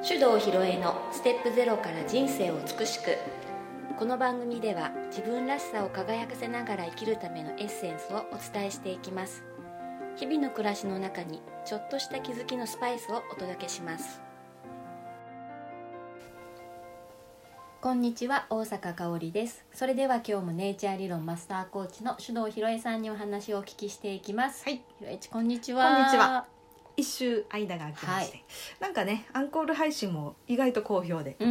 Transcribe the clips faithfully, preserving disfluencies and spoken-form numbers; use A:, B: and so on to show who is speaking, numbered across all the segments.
A: 手動ひろえのステップゼロから人生を美しく。この番組では自分らしさを輝かせながら生きるためのエッセンスをお伝えしていきます。日々の暮らしの中にちょっとした気づきのスパイスをお届けします。こんにちは、大阪香織です。それでは今日もネイチャー理論マスターコーチの手動ひろえさんにお話をお聞きしていきます。
B: はい、
A: ひろえち、こんにちは。
B: こんにちは。一周間が空きまして、
A: はい、
B: なんかねアンコール配信も意外と好評で、
A: うん、
B: うん、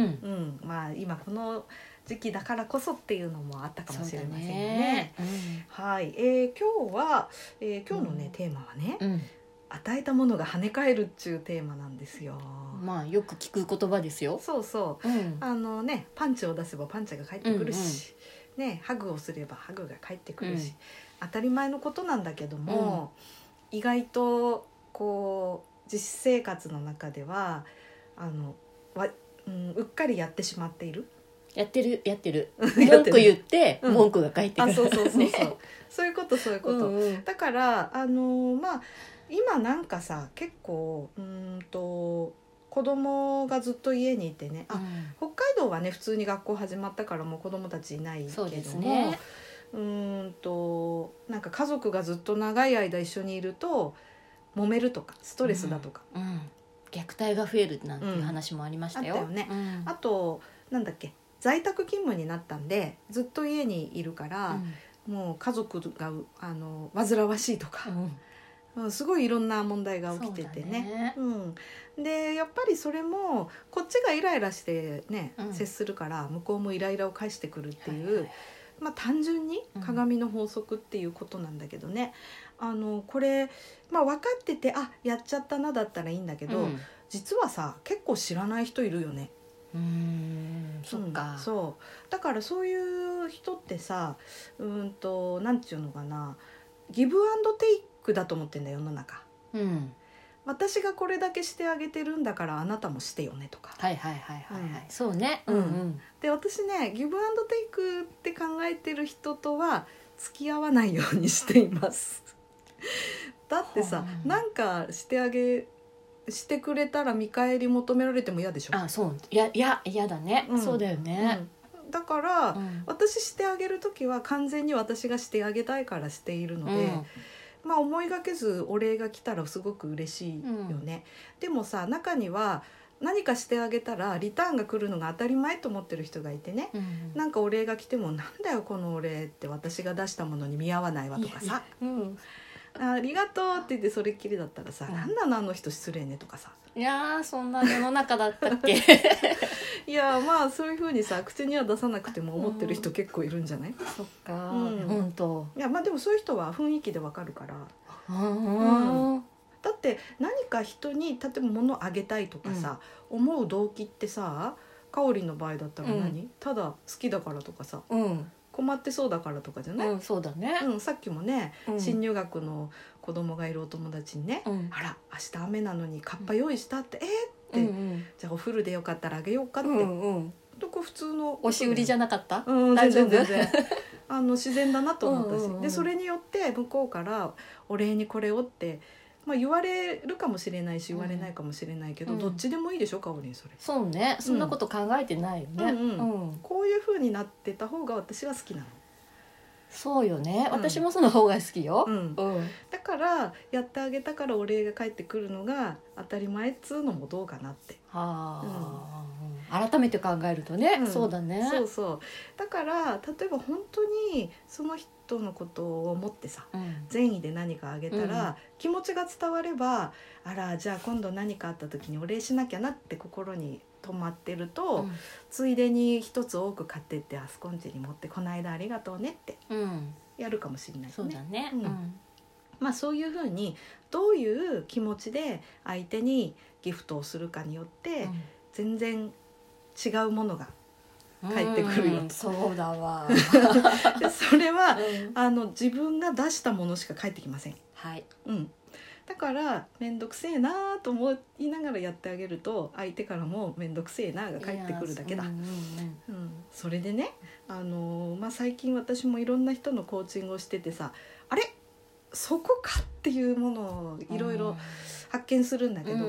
B: まあ今この時期だからこそっていうのもあったかもしれませんよね。
A: ね、うん、
B: はい、えー、今日は、えー、今日のね、うん、テーマはね、うん、与えたものが跳ね返るっちゅうテーマなんですよ。
A: まあよく聞く言葉ですよ。
B: そうそう、うん、あのねパンチを出せばパンチが返ってくるし、うんうん、ね、ハグをすればハグが返ってくるし、うん、当たり前のことなんだけども、うん、意外とこう実生活の中ではあのわ、うん、うっかりやってしまっている
A: やってるやってる文句言って文句が返ってくる、うん、
B: あそうそうそうそう、ね、そういうことそういうこと、うんうん、だからあのまあ今なんかさ結構うんと子供がずっと家にいてね、あ、うん、北海道はね普通に学校始まったからもう子供たちいないけども、そうですね、うんとなんか家族がずっと長い間一緒にいると揉めるとかストレスだとか、
A: うんうん、虐待が増えるなんていう話もありましたよ、
B: うん、あったよね、うん、あとなんだっけ在宅勤務になったんでずっと家にいるから、うん、もう家族があの煩わしいとか、うん、すごいいろんな問題が起きてて ね, ね、うん、でやっぱりそれもこっちがイライラしてね、うん、接するから向こうもイライラを返してくるっていう、はいはい、まあ、単純に鏡の法則っていうことなんだけどね、うん、あのこれ、まあ、分かっててあやっちゃったなだったらいいんだけど、うん、実はさ結構知らない人いるよね。
A: うーん、そっか、
B: うん、そうだからそういう人ってさうんとなんていうのかなギブアンドテイクだと思ってんだよ世の中、うん、私がこれだけしてあげてるんだからあなたもしてよねとか、
A: はいはいはいはい、はい、うん、そうね、
B: うんうん、で私ねギブアンドテイクって考えてる人とは付き合わないようにしていますだってさ、うん、なんかしてあげしてくれたら見返り求められても嫌でしょ。
A: あ、そういやいや嫌だね、うん、そうだよね、
B: うん、だから、うん、私してあげるときは完全に私がしてあげたいからしているので、うん、まあ思いがけずお礼が来たらすごく嬉しいよね、うん、でもさ中には何かしてあげたらリターンが来るのが当たり前と思ってる人がいてね、うん、なんかお礼が来てもなんだよこのお礼って私が出したものに見合わないわとかさ、うん、ありがとうって言ってそれっきりだったらさ、うん、なんなのあの人失礼ねとかさ、
A: いやそんな世の中だったっけ
B: いやまあそういう風にさ口には出さなくても思ってる人結構いるんじゃない、うん、
A: そっか、うん、本当
B: いやまあでもそういう人は雰囲気でわかるから、うんうん、だって何か人に例えば物をあげたいとかさ、うん、思う動機ってさかおりの場合だったら何、うん、ただ好きだからとかさ、うん困ってそうだからとかじゃない、
A: うん、そうだね、
B: うん、さっきもね、うん、新入学の子供がいるお友達にね、うん、あら明日雨なのにカッパ用意したって、うん、えー、って、うんうん、じゃあお風呂でよかったらあげようかって、うんうん、とこ普通の
A: 押し売りじゃなかった、
B: うん、大丈夫全然あの自然だなと思ったし、うんうんうん、でそれによって向こうからお礼にこれをってまあ、言われるかもしれないし言われないかもしれないけど、うん、どっちでもいいでしょかおりんそれ。
A: そうね、そんなこと考えてないよね、うんうん
B: うん、こういう風になってた方が私は好きなの。
A: そうよね、うん、私もその方が好きよ、
B: うんうん、だからやってあげたからお礼が返ってくるのが当たり前っつうのもどうかなって、
A: はあ、うん、改めて考えるとね、うん、そうだね、
B: そうそうだから例えば本当にその人のことを思ってさ、うん、善意で何かあげたら、うん、気持ちが伝わればあらじゃあ今度何かあった時にお礼しなきゃなって心に止まってると、うん、ついでに一つ多く買ってってあそこんちに持ってこの間ありがとうねってやるかもしれないね、
A: そうだね、
B: うんうん、まあそういうふうにどういう気持ちで相手にギフトをするかによって、うん、全然違うものが返ってくるよ、うん、
A: そうだわ
B: それは、うん、あの自分が出したものしか返ってきません、
A: はい
B: うん、だからめんどくせえなと思いながらやってあげると相手からもめんどくせえなが返ってくるだけだ、うんうんうんうん、それでね、あのーまあ、最近私もいろんな人のコーチングをしててさあれそこかっていうものをいろいろ発見するんだけど、うん、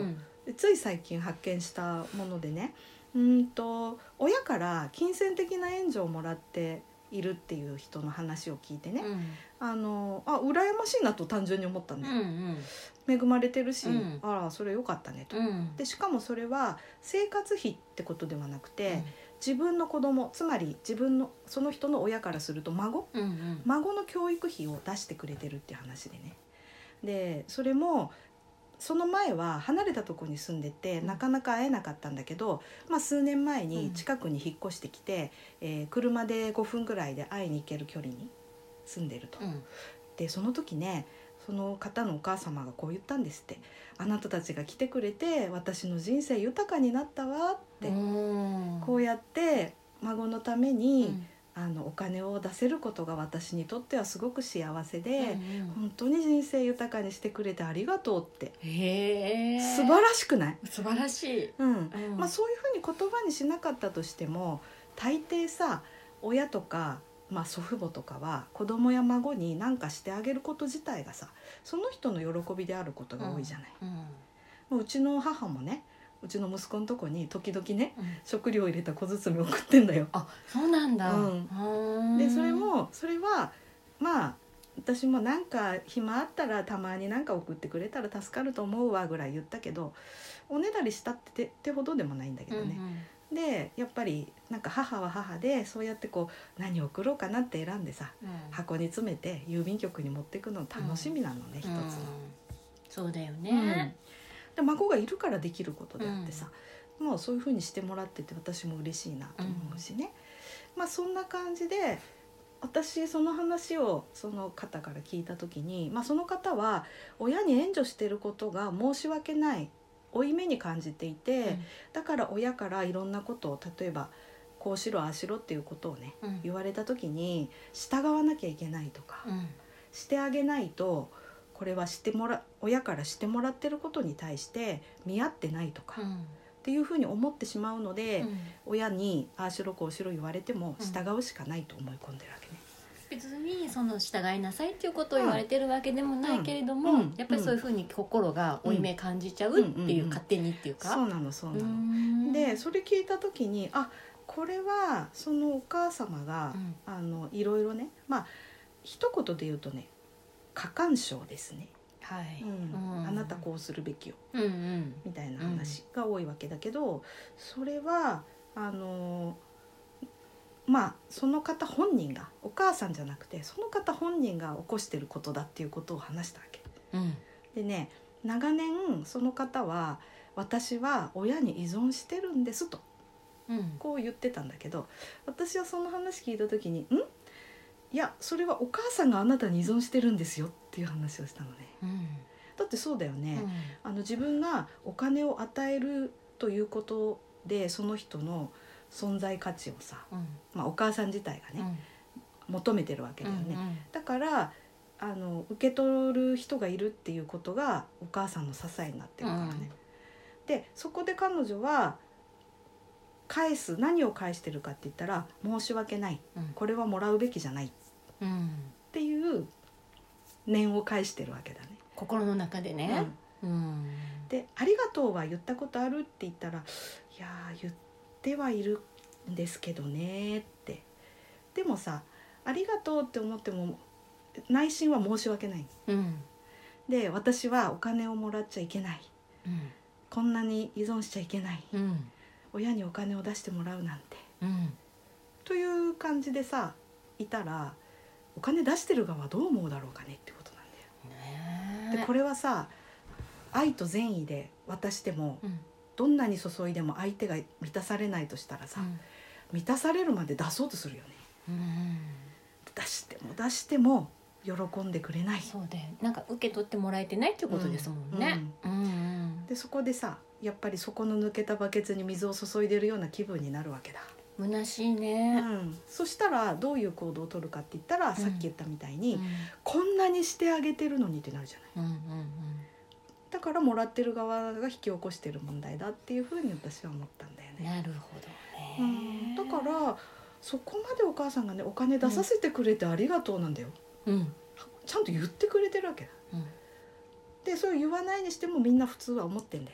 B: でつい最近発見したものでね、うんと親から金銭的な援助をもらっているっていう人の話を聞いてね、
A: うん、
B: あのあ羨ましいなと単純に思ったんだよ、
A: うんうん、
B: 恵まれてるし、
A: うん、
B: あらそれよかったねと、
A: うん、
B: でしかもそれは生活費ってことではなくて、
A: うん、
B: 自分の子供、つまり自分のその人の親からすると孫、
A: うんうん、
B: 孫の教育費を出してくれてるっていう話でね。でそれもその前は離れたところに住んでてなかなか会えなかったんだけど、まあ、数年前に近くに引っ越してきて、うんえー、車でごふんぐらいで会いに行ける距離に住んでると、うん、でその時ねその方のお母様がこう言ったんですって。あなたたちが来てくれて私の人生豊かになったわって、こうやって孫のために、うんあのお金を出せることが私にとってはすごく幸せで、うんうん、本当に人生豊かにしてくれてありがとうって。へー、素晴らしくない？
A: 素晴らしい、
B: うんうんまあ、そういうふうに言葉にしなかったとしても大抵さ親とか、まあ、祖父母とかは子供や孫に何かしてあげること自体がさその人の喜びであることが多いじゃない、うんうん、もううちの母もねうちの息子のとこに時々ね、うん、食料を入れた小包送ってんだよ。
A: あ、そうなんだ、うん、
B: でそれもそれはまあ私もなんか暇あったらたまになんか送ってくれたら助かると思うわぐらい言ったけどおねだりしたってってほどでもないんだけどね、うんうん、でやっぱりなんか母は母でそうやってこう何送ろうかなって選んでさ、うん、箱に詰めて郵便局に持っていくの楽しみなのね、うん、一つの、うん、
A: そうだよね、
B: うんで孫がいるからできることであってさ、うん、もうそういう風にしてもらってて私も嬉しいなと思うしね、うん、まあそんな感じで私その話をその方から聞いた時に、まあ、その方は親に援助してることが申し訳ない負い目に感じていて、うん、だから親からいろんなことを例えばこうしろああしろっていうことをね、うん、言われた時に従わなきゃいけないとか、うん、してあげないとこれはしてもら親からしてもらってることに対して見合ってないとか、うん、っていうふうに思ってしまうので、うん、親にああしろこうしろ言われても従うしかないと思い込んでるわけね、
A: うん、別にその従いなさいっていうことを言われてるわけでもないけれども、うん、やっぱりそういうふうに心が負い目感じちゃうっていう、勝手にっていうか、
B: そうなのそうなのでそれ聞いた時にあこれはそのお母様が、うん、あのいろいろねまあ一言で言うとね過干渉ですね、はいうんうん、あなたこうするべきよ、うんうん、みたいな話が多いわけだけど、それはあのまあその方本人がお母さんじゃなくてその方本人が起こしてることだっていうことを話したわけ、うん、でね長年その方は私は親に依存してるんですと、うん、こう言ってたんだけど私はその話聞いた時にんいやそれはお母さんがあなたに依存してるんですよっていう話をしたのね、うん、だってそうだよね、うん、あの自分がお金を与えるということでその人の存在価値をさ、うんまあ、お母さん自体がね、うん、求めてるわけだよね、うんうん、だからあの受け取る人がいるっていうことがお母さんの支えになってるからね、うん、でそこで彼女は返す何を返してるかって言ったら申し訳ない、うん、これはもらうべきじゃない、うん、っていう念を返してるわけだね
A: 心の中でね、うんうん、
B: でありがとうは言ったことあるって言ったらいや言ってはいるんですけどねって。でもさありがとうって思っても内心は申し訳ない、うん、で私はお金をもらっちゃいけない、うん、こんなに依存しちゃいけない、うん親にお金を出してもらうなんて、うん、という感じでさいたらお金出してる側はどう思うだろうかねってことなんだよ、ね、でこれはさ愛と善意で渡しても、うん、どんなに注いでも相手が満たされないとしたらさ、うん、満たされるまで出そうとするよね、うん、出しても出しても喜んでくれない。
A: そうでなんか受け取ってもらえてないってことですもんね、うんうんうん、
B: でそこでさやっぱりそこの抜けたバケツに水を注いでるような気分になるわけだ。
A: 虚しいね、
B: うん、そしたらどういう行動を取るかって言ったら、うん、さっき言ったみたいに、うん、こんなにしてあげてるのにってなるじゃない、うんうんうん、だからもらってる側が引き起こしてる問題だっていうふうに私は思ったんだよね。
A: なるほどね、
B: うん、だからそこまでお母さんがねお金出させてくれてありがとうなんだよ、うん、ちゃんと言ってくれてるわけだ、うん、でそう言わないにしてもみんな普通は思ってんだよね、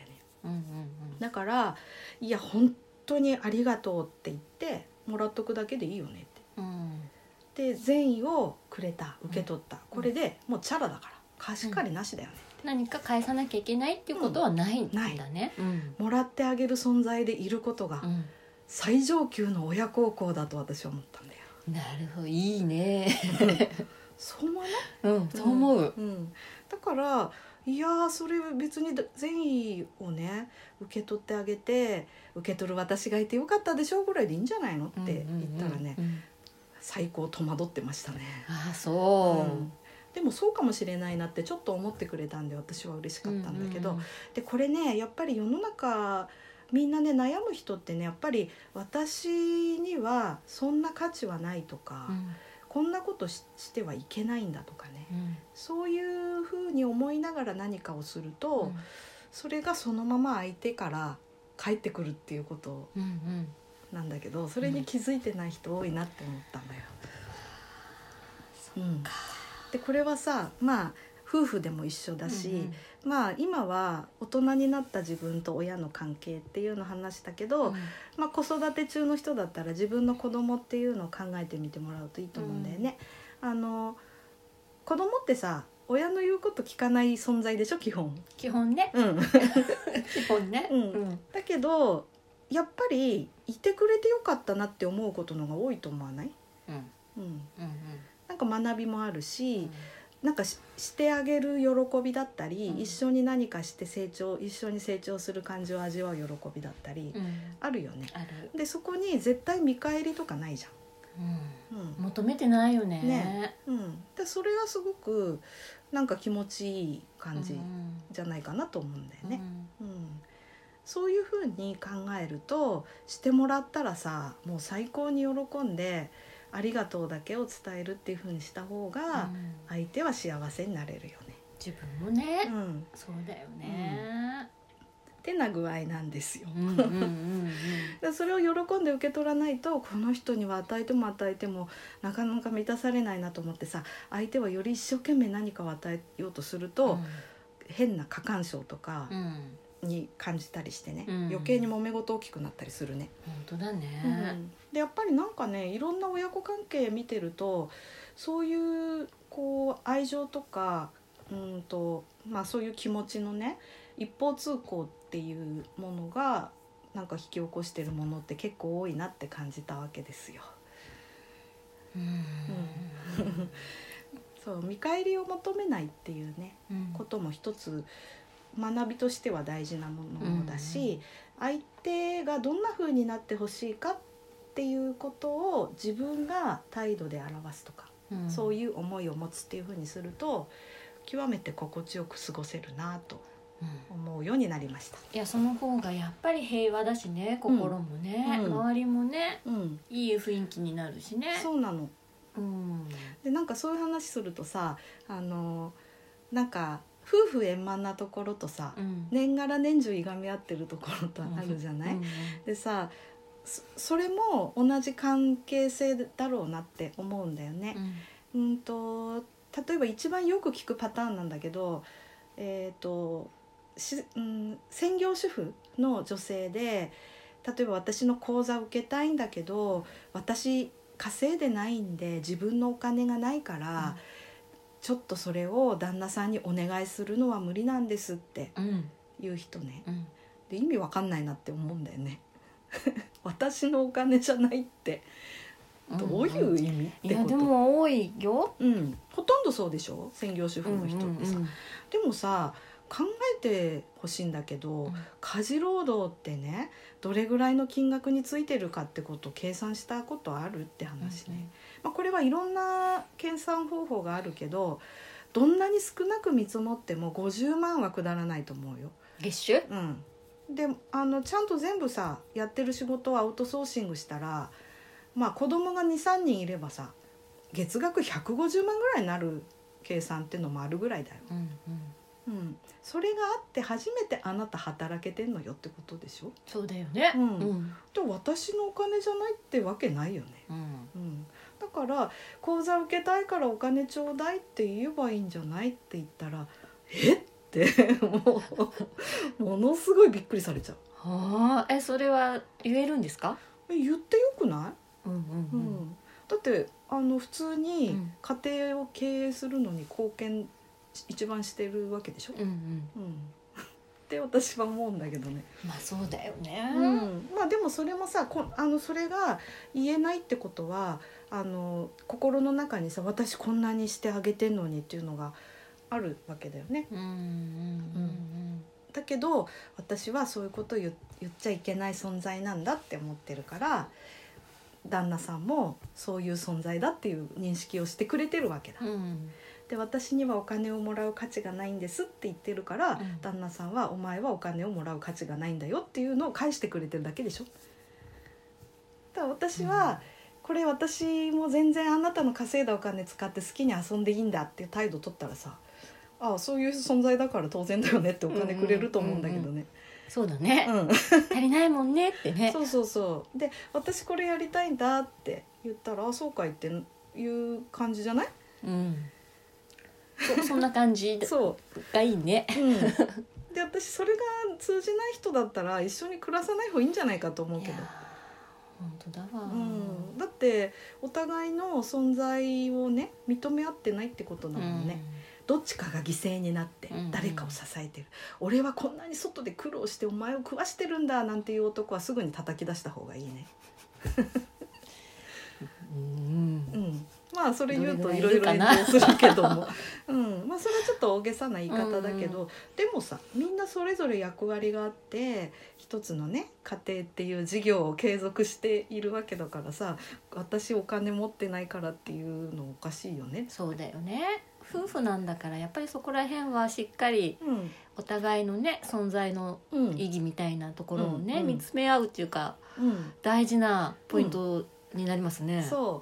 A: うんうんうん、
B: だからいや本当にありがとうって言ってもらっとくだけでいいよねって、
A: うん、
B: で善意をくれた受け取った、
A: うん、
B: これでもうチャラだから貸し借りなしだよね、
A: うん、何か返さなきゃいけないっていうことはないんだね、
B: うん
A: うん、
B: もらってあげる存在でいることが最上級の親孝行だと私は思ったんだよ。
A: なるほど、いいね
B: そう思わない？
A: うん、そう思う、
B: うんうん、だからいやそれ別に善意をね受け取ってあげて受け取る私がいてよかったでしょうぐらいでいいんじゃないのって言ったらね、
A: うんうんうん、
B: 最高戸惑ってましたね。
A: ああそう、
B: うん、でもそうかもしれないなってちょっと思ってくれたんで私は嬉しかったんだけど、うんうんうん、でこれねやっぱり世の中みんなね悩む人ってねやっぱり私にはそんな価値はないとか、うん、こんなこと し, してはいけないんだとかね、うん、そういうふうに思いながら何かをすると、うん、それがそのまま相手から返ってくるっていうことなんだけど、それに気づいてない人多いなって思ったんだよ、うんうん、でこれはさまあ夫婦でも一緒だし、うんうん、まあ今は大人になった自分と親の関係っていうのを話したけど、うん、まあ、子育て中の人だったら自分の子供っていうのを考えてみてもらうといいと思うんだよね、うん、あの子供ってさ親の言うこと聞かない存在でしょ基本
A: 基本ね、うん、基本ね、
B: うんうん、だけどやっぱりいてくれてよかったなって思うことのが多いと思わない？うんうんうんうん、なんか学びもあるし、うんなんか し, してあげる喜びだったり、うん、一緒に何かして成長一緒に成長する感じを味わう喜びだったり、うん、あるよね。ある。でそこに絶対見返りとかないじゃん、
A: うんうん、求めてないよ ね,
B: ね、うん、でそれはすごくなんか気持ちいい感じじゃないかなと思うんだよね、うんうん、そういう風に考えるとしてもらったらさもう最高に喜んでありがとうだけを伝えるっていう風にした方が相手は幸せになれるよね、
A: 自分もね、
B: うん、
A: そうだよね、
B: うん、ってな具合なんですよ、
A: うんうんうんうん、
B: それを喜んで受け取らないとこの人には与えても与えてもなかなか満たされないなと思ってさ相手はより一生懸命何かを与えようとすると、うん、変な過干渉とか、うんに感じたりしてね、うん、余計に揉め事大きくなったりするね。
A: 本当だね、
B: うん、でやっぱりなんかねいろんな親子関係見てるとそういうこう愛情とかうんと、まあ、そういう気持ちのね一方通行っていうものがなんか引き起こしてるものって結構多いなって感じたわけですよ。うんうん、そう見返りを求めないっていうね、うん、ことも一つ学びとしては大事なものだし、うん、相手がどんな風になってほしいかっていうことを自分が態度で表すとか、うん、そういう思いを持つっていう風にすると極めて心地よく過ごせるなと思うようになりました。
A: いやその方がやっぱり平和だしね心もね、うん、周りもね、うん、いい雰囲気になるしね。
B: そうなの、うん、でなんかそういう話するとさあのなんか夫婦円満なところとさ、うん、年がら年中いがみ合ってるところとあるじゃない、うんうんうん、でさ そ, それも同じ関係性だろうなって思うんだよね、うんうん、と例えば一番よく聞くパターンなんだけど、えーとしうん、専業主婦の女性で例えば私の講座を受けたいんだけど私稼いでないんで自分のお金がないから、うんちょっとそれを旦那さんにお願いするのは無理なんですっていう人ね、うん、で意味わかんないなって思うんだよね私のお金じゃないってどういう意味ってこと、
A: いやでも多いよ、
B: うん、ほとんどそうでしょ専業主婦の人ってさ、うんうんうん、でもさ考えてほしいんだけど、うん、家事労働ってねどれぐらいの金額についてるかってことを計算したことあるって話ね、うんうんまあ、これはいろんな計算方法があるけどどんなに少なく見積もってもごじゅうまんはくだらないと思うよ
A: 月収、
B: うん、であのちゃんと全部さやってる仕事をアウトソーシングしたらまあ子供が にさんにんいればさ月額ひゃくごじゅうまんぐらいになる計算ってのもあるぐらいだよ、うんうんうん、それがあって初めてあなた働けてんのよってことでしょ。
A: そうだよね、うんうん、
B: で私のお金じゃないってわけないよね、うんうん、だから講座受けたいからお金ちょうだいって言えばいいんじゃないって言ったらえってってもうものすごいびっくりされちゃう。
A: はあ、えそれは言えるんですか？
B: え言ってよくない、
A: うんうんうん、
B: だってあの普通に
A: うん
B: 家庭を経営するのに貢献一番してるわけでしょ、
A: うんうん、
B: うんって私は思うんだけどね。
A: まあそうだよね、
B: うん、まあでもそれもさこあのそれが言えないってことはあの心の中にさ私こんなにしてあげてんのにっていうのがあるわけだよね。
A: うんうんうんうん、
B: だけど私はそういうことを 言, 言っちゃいけない存在なんだって思ってるから旦那さんもそういう存在だっていう認識をしてくれてるわけだ、
A: うん、
B: で私にはお金をもらう価値がないんですって言ってるから、うん、旦那さんはお前はお金をもらう価値がないんだよっていうのを返してくれてるだけでしょ。だから私は、うん、これ私も全然あなたの稼いだお金使って好きに遊んでいいんだっていう態度を取ったらさああそういう存在だから当然だよねってお金くれると思うんだけどね、うんうんうんうん、
A: そうだね、うん、足りないもんねってね
B: そうそうそうで私これやりたいんだって言ったらあそうかいっていう感じじゃない、
A: うん、そ, そんな感じがいいね、
B: うん、で私それが通じない人だったら一緒に暮らさない方がいいんじゃないかと思うけど。
A: 本当だわ、
B: うん、だってお互いの存在をね認め合ってないってことだもんね、うん、どっちかが犠牲になって誰かを支えてる、うんうん、俺はこんなに外で苦労してお前を食わしてるんだなんていう男はすぐに叩き出した方がいいねうん、うん、まあそれ言うといろいろ炎上するけどもうん、まあそれはちょっと大げさな言い方だけど、うんうん、でもさみんなそれぞれ役割があって一つのね家庭っていう事業を継続しているわけだからさ私お金持ってないからっていうのおかしいよね。
A: そうだよね夫婦なんだからやっぱりそこら辺はしっかりお互いのね存在の意義みたいなところをね、うん、見つめ合うっていうか、うん、大事なポイントになりますね、
B: うん、そう、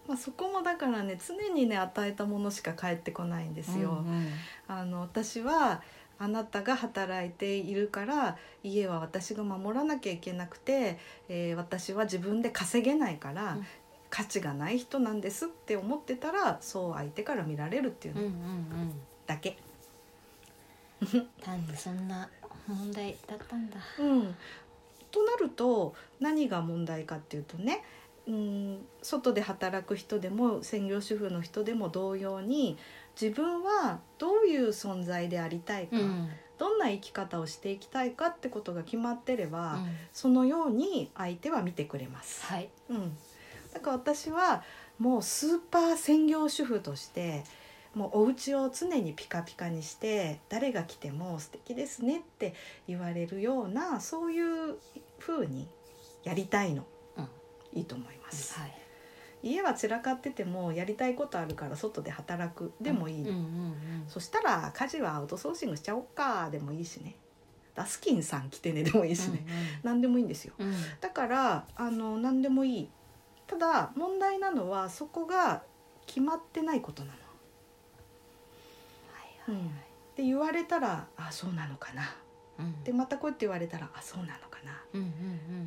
B: まあ、そこもだからね常にね与えたものしか返ってこないんですよ、うんうん、あの私はあなたが働いているから家は私が守らなきゃいけなくて、えー、私は自分で稼げないから、うん価値がない人なんですって思ってたらそう相手から見られるっていうのだけ、
A: うんうんうん、単にそんな問題だったんだ、
B: うん、となると何が問題かっていうとね、うん、外で働く人でも専業主婦の人でも同様に自分はどういう存在でありたいか、うん、どんな生き方をしていきたいかってことが決まってれば、うん、そのように相手は見てくれます、
A: はい、
B: うんだから私はもうスーパー専業主婦としてもうお家を常にピカピカにして誰が来ても素敵ですねって言われるようなそういう風にやりたいの、うん、いいと思います、はい、家は散らかっててもやりたいことあるから外で働くでもいいの、うんうんうんうん、そしたら家事はアウトソーシングしちゃおうかでもいいしねダスキンさん来てねでもいいしね、うんうん、何でもいいんですよ、うん、だからあの何でもいいただ問題なのはそこが決まってないことなの、はいはいはい、うん、で言われたらあそうなのかな、うん、でまたこうやって言われたらあそうなのかな、うんうんうん、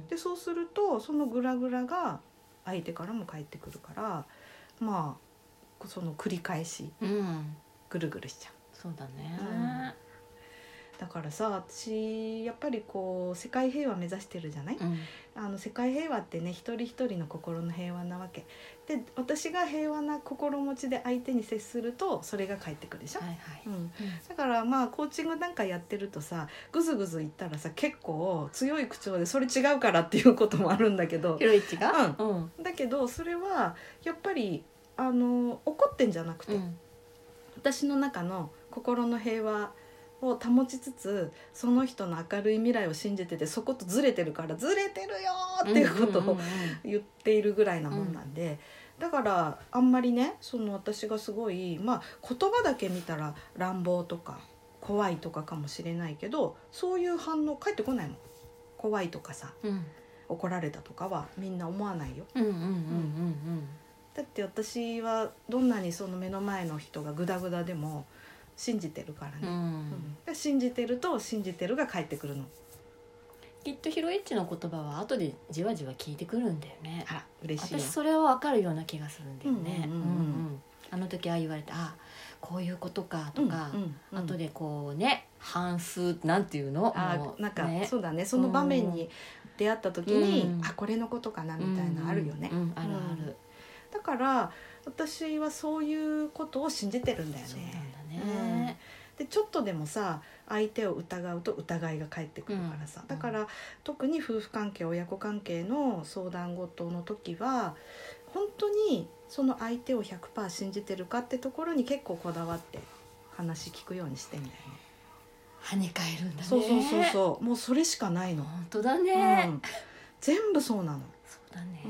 B: でそうするとそのグラグラが相手からも返ってくるからまあその繰り返し、うん、ぐるぐるしちゃう。
A: そうだね、
B: うんだからさ私やっぱりこう世界平和目指してるじゃない、うん、あの世界平和ってね一人一人の心の平和なわけで私が平和な心持ちで相手に接するとそれが返ってくるでしょ、はいはいうんうん、だからまあコーチングなんかやってるとさグズグズ言ったらさ結構強い口調でそれ違うからっていうこともあるんだけど
A: ひろいちが、
B: うんうん、だけどそれはやっぱりあの怒ってんじゃなくて、うん、私の中の心の平和を保ちつつその人の明るい未来を信じててそことずれてるからずれてるよっていうことを言っているぐらいなもんなんで、だからあんまりねその私がすごいまあ言葉だけ見たら乱暴とか怖いとかかもしれないけどそういう反応返ってこないもん。怖いとかさ、うん、怒られたとかはみんな思わないよ。だって私はどんなにその目の前の人がグダグダでも信じてるからね、うんうん、信じてると信じてるが返ってくるの。
A: きっとヒロエッチの言葉は後でじわじわ聞いてくるんだよね。
B: あら嬉しいよ。
A: 私それは分かるような気がするんだよね、うんうんうんうん、あの時ああ言われてあこういうことかとか、
B: うんうんうん、
A: 後でこうね反数なんていうの
B: あ
A: もう
B: なんか、
A: ね、
B: そうだね、その場面に出会った時に、うん、あこれのことかなみたいなあるよね、
A: うんうんうん、あるある、
B: うん、だから私はそういうことを信じてるんだよね。
A: そうなんだね、
B: うん、でちょっとでもさ相手を疑うと疑いが返ってくるからさ、うん、だから特に夫婦関係親子関係の相談事の時は本当にその相手を ひゃくパーセント 信じてるかってところに結構こだわって話聞くようにしてんだよね。
A: 跳ね返るんだね。
B: そうそうそうそう、もうそれしかないの。
A: 本当だね、うん、
B: 全部そうなの。
A: そうだね、
B: うん、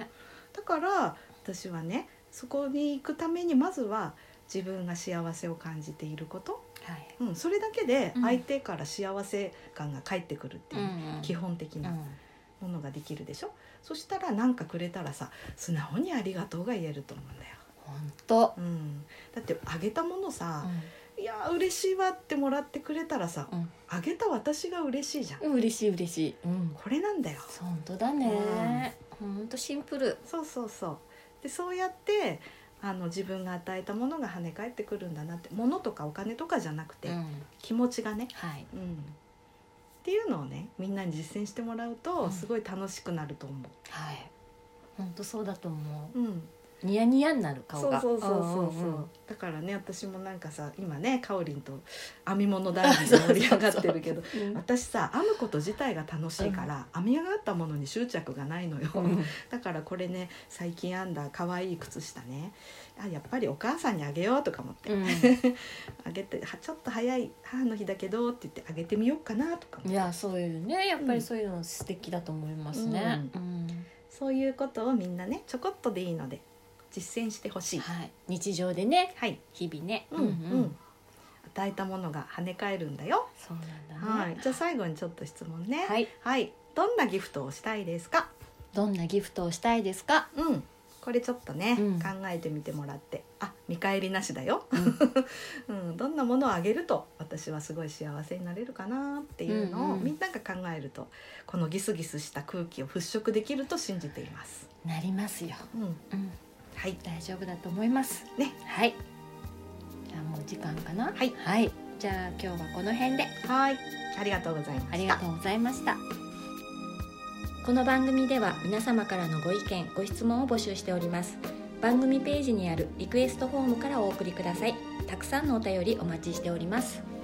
B: だから私はねそこに行くためにまずは自分が幸せを感じていること、はい、うん、それだけで相手から幸せ感が返ってくるっていう基本的なものができるでしょ、うんうん、そしたら何かくれたらさ素直にありがとうが言えると思うんだよ。
A: 本当、
B: うん、だってあげたものさ、うん、いや嬉しいわってもらってくれたらさ、うん、あげた私が嬉しいじゃん。
A: 嬉しい嬉しい、うん、
B: これなんだよ。
A: 本当だね、うん、本当シンプル。
B: そうそうそう。でそうやってあの自分が与えたものが跳ね返ってくるんだなって、物とかお金とかじゃなくて、うん、気持ちがね、はい、うん、っていうのをねみんなに実践してもらうとすごい楽しくなると思う、うん、はい、
A: 本当そうだと思う、
B: うん、
A: ニヤニヤになる顔が。
B: そうそうそうそうそう、うんうん、だからね私もなんかさ今ねかおりんと編み物談義で盛り上がってるけどそうそうそう、私さ編むこと自体が楽しいから、うん、編み上がったものに執着がないのよ、うん、だからこれね最近編んだ可愛い靴下ね、あやっぱりお母さんにあげようとか思って、うん、あげてちょっと早い母の日だけどって言ってあげてみようかなとか。
A: いやそういうねやっぱりそういうの素敵だと思いますね、
B: うんうん、そういうことをみんなねちょこっとでいいので実践してほしい、
A: はい、日常でね、はい、日々ね、
B: うんうん、与えたものが跳ね返るんだよ。
A: そうなんだね、
B: はい、じゃあ最後にちょっと質問ね、
A: はい
B: はい、どんなギフトをしたいですか。
A: どんなギフトをしたいですか、
B: うん、これちょっとね、うん、考えてみてもらって、あ見返りなしだよ、うんうん、どんなものをあげると私はすごい幸せになれるかなっていうのを、うんうん、みんなが考えるとこのギスギスした空気を払拭できると信じています。
A: なりますよ、うんうんはい、大丈夫だと思います
B: ね。
A: はい。じゃあもう時間かな。
B: はい。
A: はい。じゃあ今日はこの辺で。
B: はい。ありがとうございました。
A: ありがとうございました。この番組では皆様からのご意見、ご質問を募集しております。番組ページにあるリクエストフォームからお送りください。たくさんのお便りお待ちしております。